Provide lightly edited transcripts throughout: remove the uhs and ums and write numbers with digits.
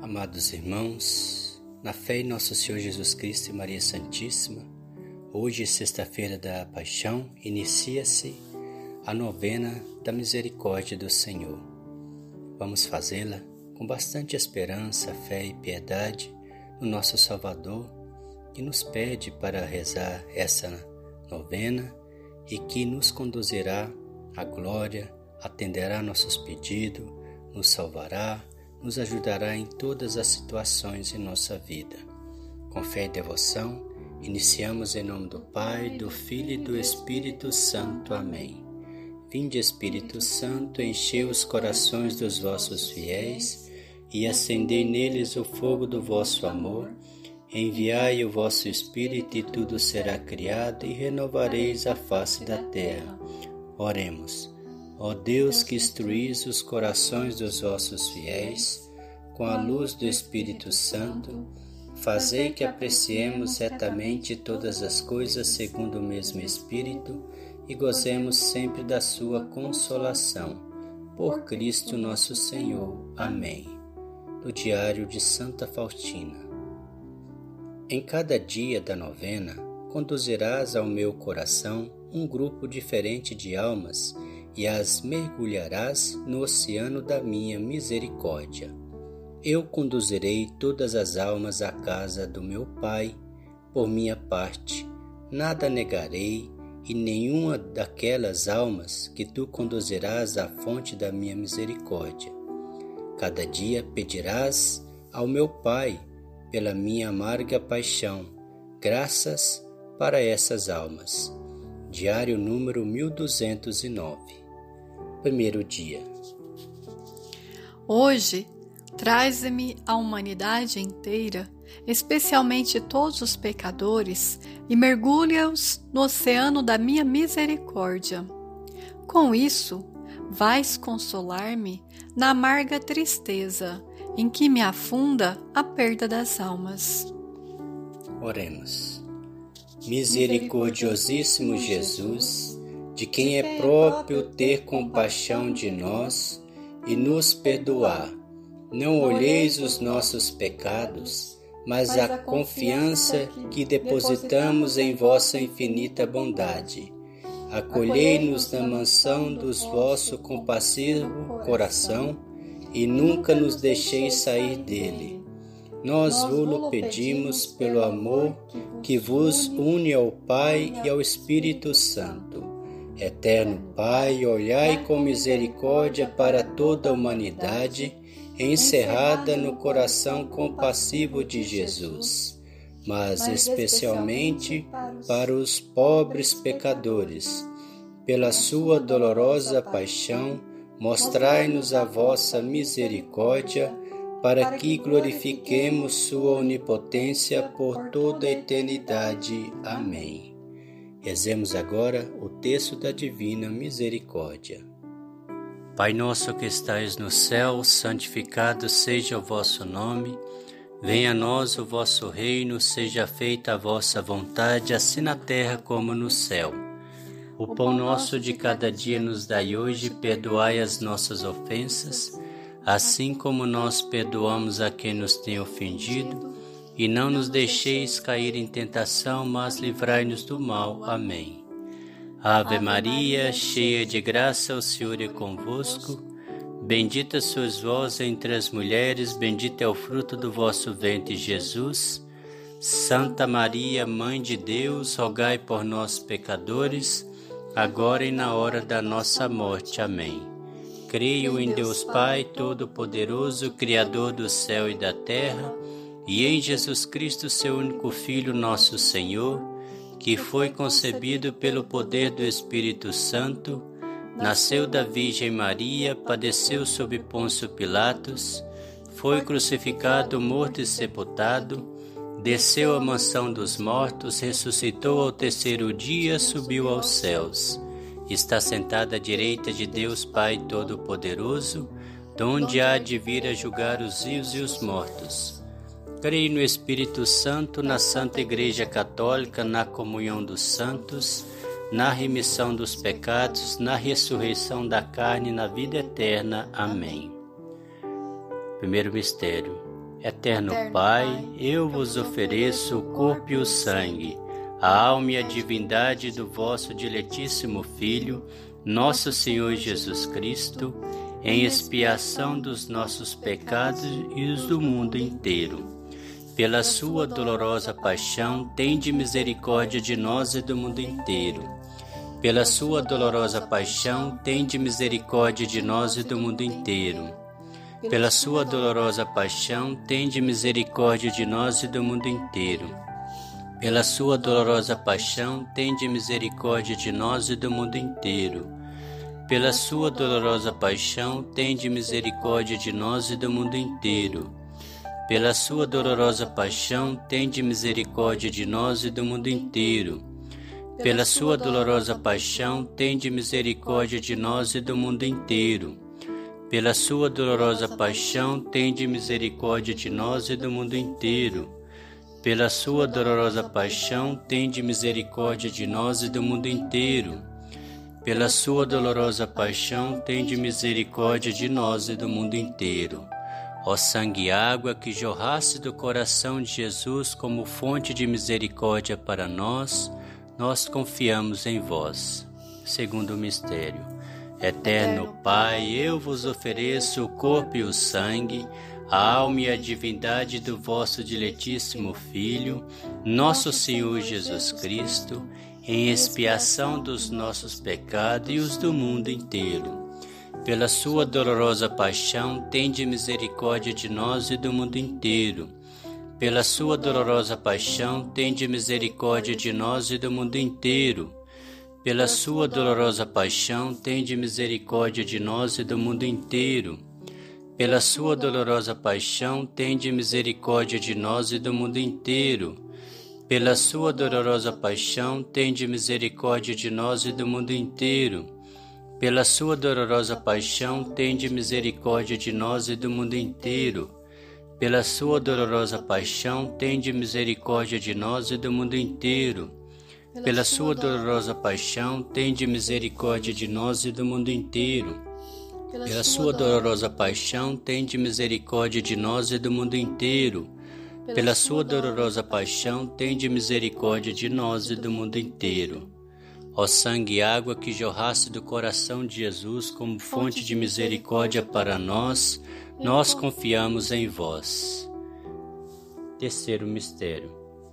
Amados irmãos, na fé em Nosso Senhor Jesus Cristo e Maria Santíssima, hoje, sexta-feira da Paixão, inicia-se a novena da Misericórdia do Senhor. Vamos fazê-la com bastante esperança, fé e piedade no nosso Salvador, que nos pede para rezar essa novena e que nos conduzirá à glória, atenderá nossos pedidos, nos salvará, nos ajudará em todas as situações em nossa vida. Com fé e devoção, iniciamos em nome do Pai, do Filho e do Espírito Santo. Amém. Vinde, Espírito Santo, enchei os corações dos vossos fiéis e acendei neles o fogo do vosso amor. Enviai o vosso Espírito e tudo será criado e renovareis a face da terra. Oremos. Ó Deus, que instruís os corações dos vossos fiéis, com a luz do Espírito Santo, fazei que apreciemos retamente todas as coisas segundo o mesmo Espírito e gozemos sempre da sua consolação. Por Cristo nosso Senhor. Amém. Do Diário de Santa Faustina. Em cada dia da novena, conduzirás ao meu coração um grupo diferente de almas e as mergulharás no oceano da minha misericórdia. Eu conduzirei todas as almas à casa do meu Pai. Por minha parte, nada negarei, e nenhuma daquelas almas que tu conduzirás à fonte da minha misericórdia. Cada dia pedirás ao meu Pai, pela minha amarga paixão, graças para essas almas. Diário número 1209. Primeiro dia. Hoje, traze-me a humanidade inteira, especialmente todos os pecadores, e mergulha-os no oceano da minha misericórdia. Com isso, vais consolar-me na amarga tristeza em que me afunda a perda das almas. Oremos. Misericordiosíssimo Jesus, de quem é próprio ter compaixão de nós e nos perdoar, não olheis os nossos pecados, mas a confiança que depositamos em vossa infinita bondade. Acolhei-nos na mansão dos vosso compassivo coração e nunca nos deixeis sair dele. Nós vos pedimos pelo amor que vos une ao Pai e ao Espírito Santo. Eterno Pai, olhai com misericórdia para toda a humanidade, encerrada no coração compassivo de Jesus, mas especialmente para os pobres pecadores. Pela sua dolorosa paixão, mostrai-nos a vossa misericórdia, para que glorifiquemos sua onipotência por toda a eternidade. Amém. Rezemos agora o texto da Divina Misericórdia. Pai nosso que estais no céu, santificado seja o vosso nome. Venha a nós o vosso reino, seja feita a vossa vontade, assim na terra como no céu. O pão nosso de cada dia nos dai hoje, perdoai as nossas ofensas, assim como nós perdoamos a quem nos tem ofendido, e não nos deixeis cair em tentação, mas livrai-nos do mal. Amém. Ave Maria, cheia de graça, o Senhor é convosco. Bendita sois vós entre as mulheres, bendito é o fruto do vosso ventre, Jesus. Santa Maria, Mãe de Deus, rogai por nós, pecadores, agora e na hora da nossa morte. Amém. Creio em Deus Pai Todo-Poderoso, Criador do céu e da terra, e em Jesus Cristo, seu único Filho, nosso Senhor, que foi concebido pelo poder do Espírito Santo, nasceu da Virgem Maria, padeceu sob Pôncio Pilatos, foi crucificado, morto e sepultado, desceu à mansão dos mortos, ressuscitou ao terceiro dia, subiu aos céus. Está sentado à direita de Deus Pai Todo-Poderoso, donde há de vir a julgar os vivos e os mortos. Creio no Espírito Santo, na Santa Igreja Católica, na comunhão dos santos, na remissão dos pecados, na ressurreição da carne e na vida eterna. Amém. Primeiro mistério. Eterno Pai, eu vos ofereço o corpo e o sangue, a alma e a divindade do vosso diletíssimo Filho, nosso Senhor Jesus Cristo, em expiação dos nossos pecados e os do mundo inteiro. Pela sua dolorosa paixão, tende misericórdia de nós e do mundo inteiro. Pela sua dolorosa paixão, tende misericórdia de nós e do mundo inteiro. Pela sua dolorosa paixão, tende misericórdia de nós e do mundo inteiro. Pela sua dolorosa paixão, tende misericórdia de nós e do mundo inteiro. Pela sua dolorosa paixão, tende misericórdia de nós e do mundo inteiro. Pela sua dolorosa paixão, tende misericórdia de nós e do mundo inteiro. Pela sua dolorosa paixão, tende misericórdia de nós e do mundo inteiro. Pela sua dolorosa paixão, tende misericórdia de nós e do mundo inteiro. Pela sua dolorosa paixão, tende misericórdia de nós e do mundo inteiro. Pela sua dolorosa paixão, tende misericórdia de nós e do mundo inteiro. Ó sangue e água que jorrasse do coração de Jesus como fonte de misericórdia para nós, nós confiamos em vós. Segundo mistério. Eterno Pai, eu vos ofereço o corpo e o sangue, a alma e a divindade do vosso diletíssimo Filho, nosso Senhor Jesus Cristo, em expiação dos nossos pecados e os do mundo inteiro. Pela sua dolorosa paixão, tende misericórdia de nós e do mundo inteiro. Pela sua dolorosa paixão, tende misericórdia de nós e do mundo inteiro. Pela sua dolorosa paixão, tende misericórdia de nós e do mundo inteiro. Pela sua dolorosa paixão, tende misericórdia de nós e do mundo inteiro. Pela sua dolorosa paixão, tende misericórdia de nós e do mundo inteiro. Pela sua dolorosa paixão, tende misericórdia de nós e do mundo inteiro. Pela sua dolorosa paixão, tende misericórdia de nós e do mundo inteiro. Pela sua dolorosa paixão, tende misericórdia de nós e do mundo inteiro. Pela sua dolorosa paixão, tende misericórdia de nós e do mundo inteiro. Pela sua dolorosa paixão, tende misericórdia de nós e do mundo inteiro. Ó sangue e água que jorrasse do coração de Jesus como fonte de misericórdia para nós, nós confiamos em vós. Terceiro mistério.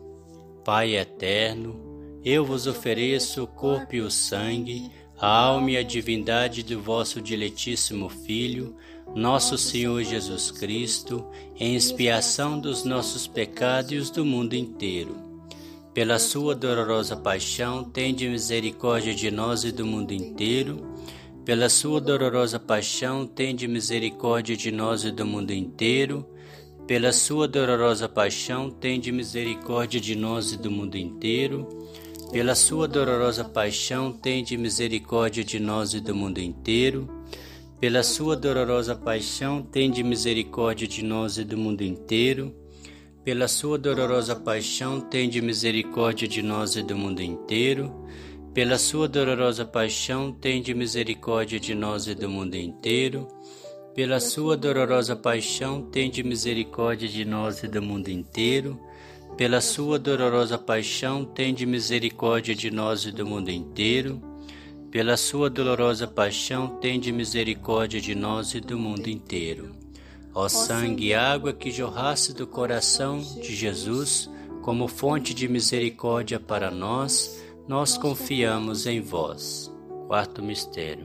Pai eterno, eu vos ofereço o corpo e o sangue, a alma e a divindade do vosso diletíssimo Filho, nosso Senhor Jesus Cristo, em expiação dos nossos pecados e os do mundo inteiro. Pela sua dolorosa paixão, tende misericórdia de nós e do mundo inteiro. Pela sua dolorosa paixão, tende misericórdia de nós e do mundo inteiro. Pela sua dolorosa paixão, tende misericórdia de nós e do mundo inteiro. Pela sua dolorosa paixão, tende misericórdia de nós e do mundo inteiro. Pela sua dolorosa paixão, tende misericórdia de nós e do mundo inteiro. Pela sua dolorosa paixão, tende misericórdia de nós e do mundo inteiro. Pela sua dolorosa paixão, tende misericórdia de nós e do mundo inteiro. Pela sua dolorosa paixão, tende misericórdia de nós e do mundo inteiro. Pela sua dolorosa paixão, tende misericórdia de nós e do mundo inteiro. Pela sua dolorosa paixão, tende misericórdia de nós e do mundo inteiro. Ó sangue e água que jorrasse do coração de Jesus como fonte de misericórdia para nós, nós confiamos em vós. Quarto mistério.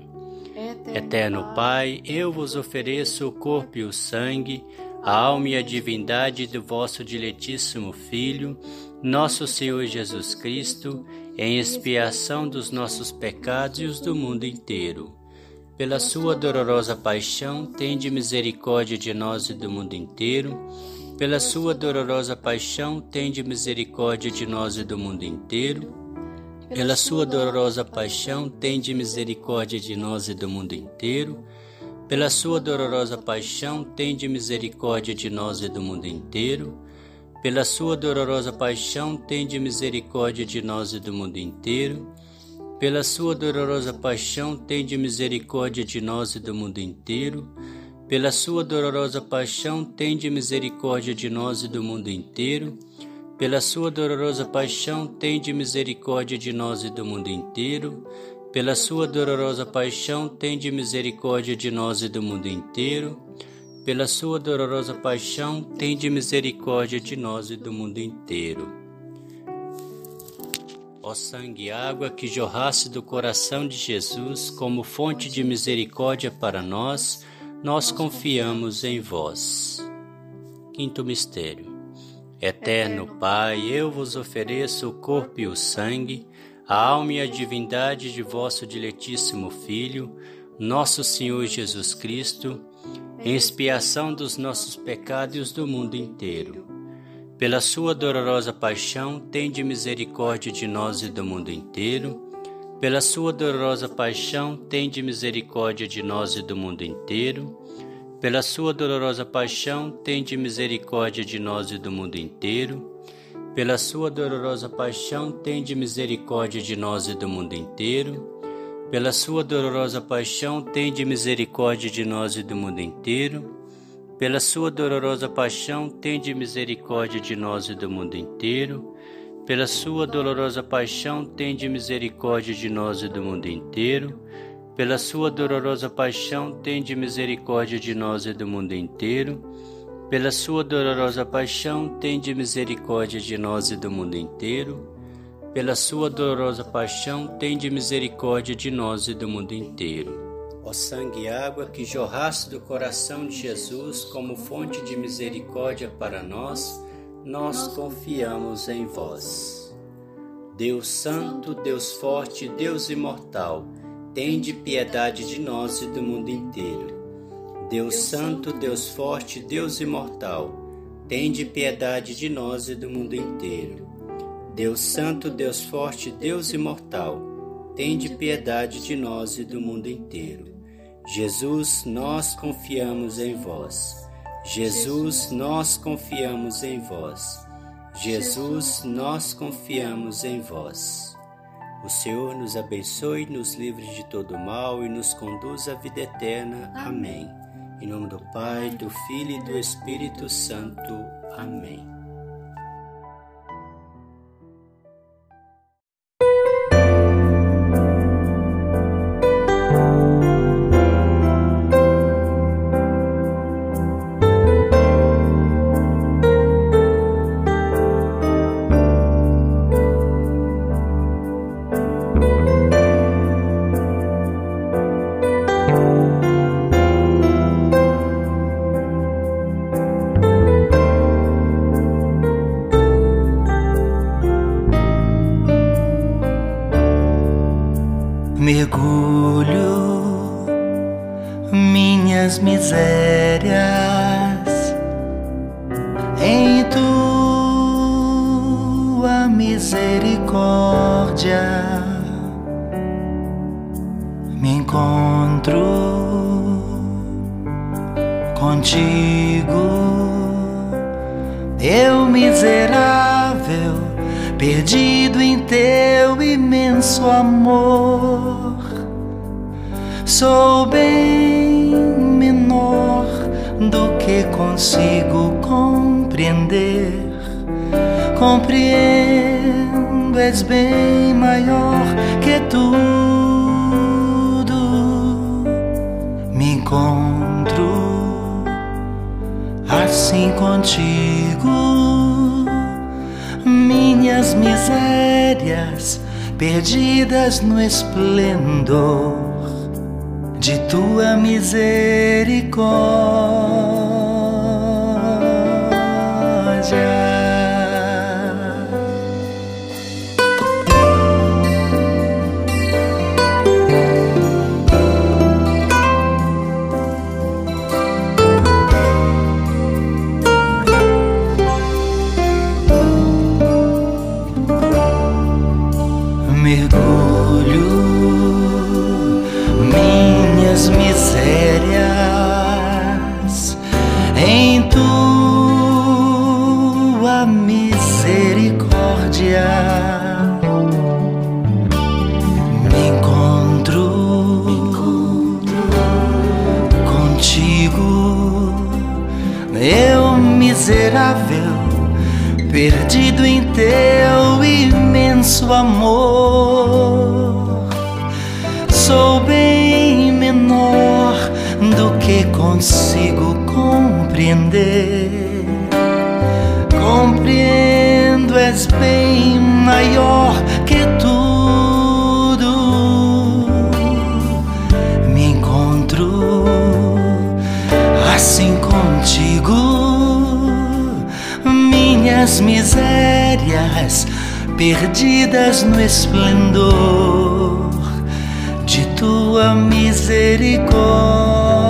Eterno Pai, eu vos ofereço o corpo e o sangue, a alma e a divindade do vosso diletíssimo Filho, nosso Senhor Jesus Cristo, em expiação dos nossos pecados e os do mundo inteiro. Pela sua dolorosa paixão, tende misericórdia de nós e do mundo inteiro. Pela sua dolorosa paixão, tende misericórdia de nós e do mundo inteiro. Pela sua dolorosa paixão, tende misericórdia de nós e do mundo inteiro. Pela sua dolorosa paixão, tende misericórdia de nós e do mundo inteiro. Pela sua dolorosa paixão, tende misericórdia de nós e do mundo inteiro. Pela sua dolorosa paixão, tende misericórdia de nós e do mundo inteiro. Pela sua dolorosa paixão, tende misericórdia de nós e do mundo inteiro. Pela sua dolorosa paixão, tende misericórdia de nós e do mundo inteiro. Pela sua dolorosa paixão, tende misericórdia de nós e do mundo inteiro. Pela sua dolorosa paixão, tende misericórdia de nós e do mundo inteiro. Ó sangue e água que jorrasse do coração de Jesus como fonte de misericórdia para nós, nós confiamos em vós. Quinto mistério. Eterno Pai, eu vos ofereço o corpo e o sangue, a alma e a divindade de vosso diletíssimo Filho, nosso Senhor Jesus Cristo, em expiação dos nossos pecados e os do mundo inteiro. Pela sua dolorosa paixão, tende misericórdia de nós e do mundo inteiro. Pela sua dolorosa paixão, tende misericórdia de nós e do mundo inteiro. Pela sua dolorosa paixão, tende misericórdia de nós e do mundo inteiro. Pela sua dolorosa paixão, tende misericórdia de nós e do mundo inteiro. Pela sua dolorosa paixão, tende misericórdia de nós e do mundo inteiro. Pela sua dolorosa paixão, tende misericórdia de nós e do mundo inteiro. Pela sua dolorosa paixão, tende misericórdia de nós e do mundo inteiro. Pela sua dolorosa paixão, tende misericórdia de nós e do mundo inteiro. Pela sua dolorosa paixão, tende misericórdia de nós e do mundo inteiro. Pela sua dolorosa paixão, tende misericórdia de nós e do mundo inteiro. Ó sangue e água que jorrasse do coração de Jesus como fonte de misericórdia para nós, nós confiamos em vós. Deus Santo, Deus Forte, Deus Imortal, tende piedade de nós e do mundo inteiro. Deus Santo, Deus Forte, Deus Imortal, tende piedade de nós e do mundo inteiro. Deus Santo, Deus Forte, Deus Imortal, tende piedade de nós e do mundo inteiro. Jesus, nós confiamos em vós. Jesus, nós confiamos em vós. Jesus, nós confiamos em vós. O Senhor nos abençoe, nos livre de todo mal e nos conduz à vida eterna. Amém. Em nome do Pai, do Filho e do Espírito Santo. Amém. Mergulho minhas misérias em tua misericórdia. Me encontro contigo, eu miserável, perdido em teu imenso amor. Sou bem menor do que consigo compreender. Compreendo, és bem maior que tudo. Me encontro assim contigo. Minhas misérias perdidas no esplendor de tua misericórdia. Mergulho minhas misérias em tua misericórdia. Me encontro contigo, perdido em teu imenso amor. Sou bem menor do que consigo compreender. Compreendo, és bem maior que tudo. Me encontro assim contigo. Minhas misérias perdidas no esplendor de tua misericórdia.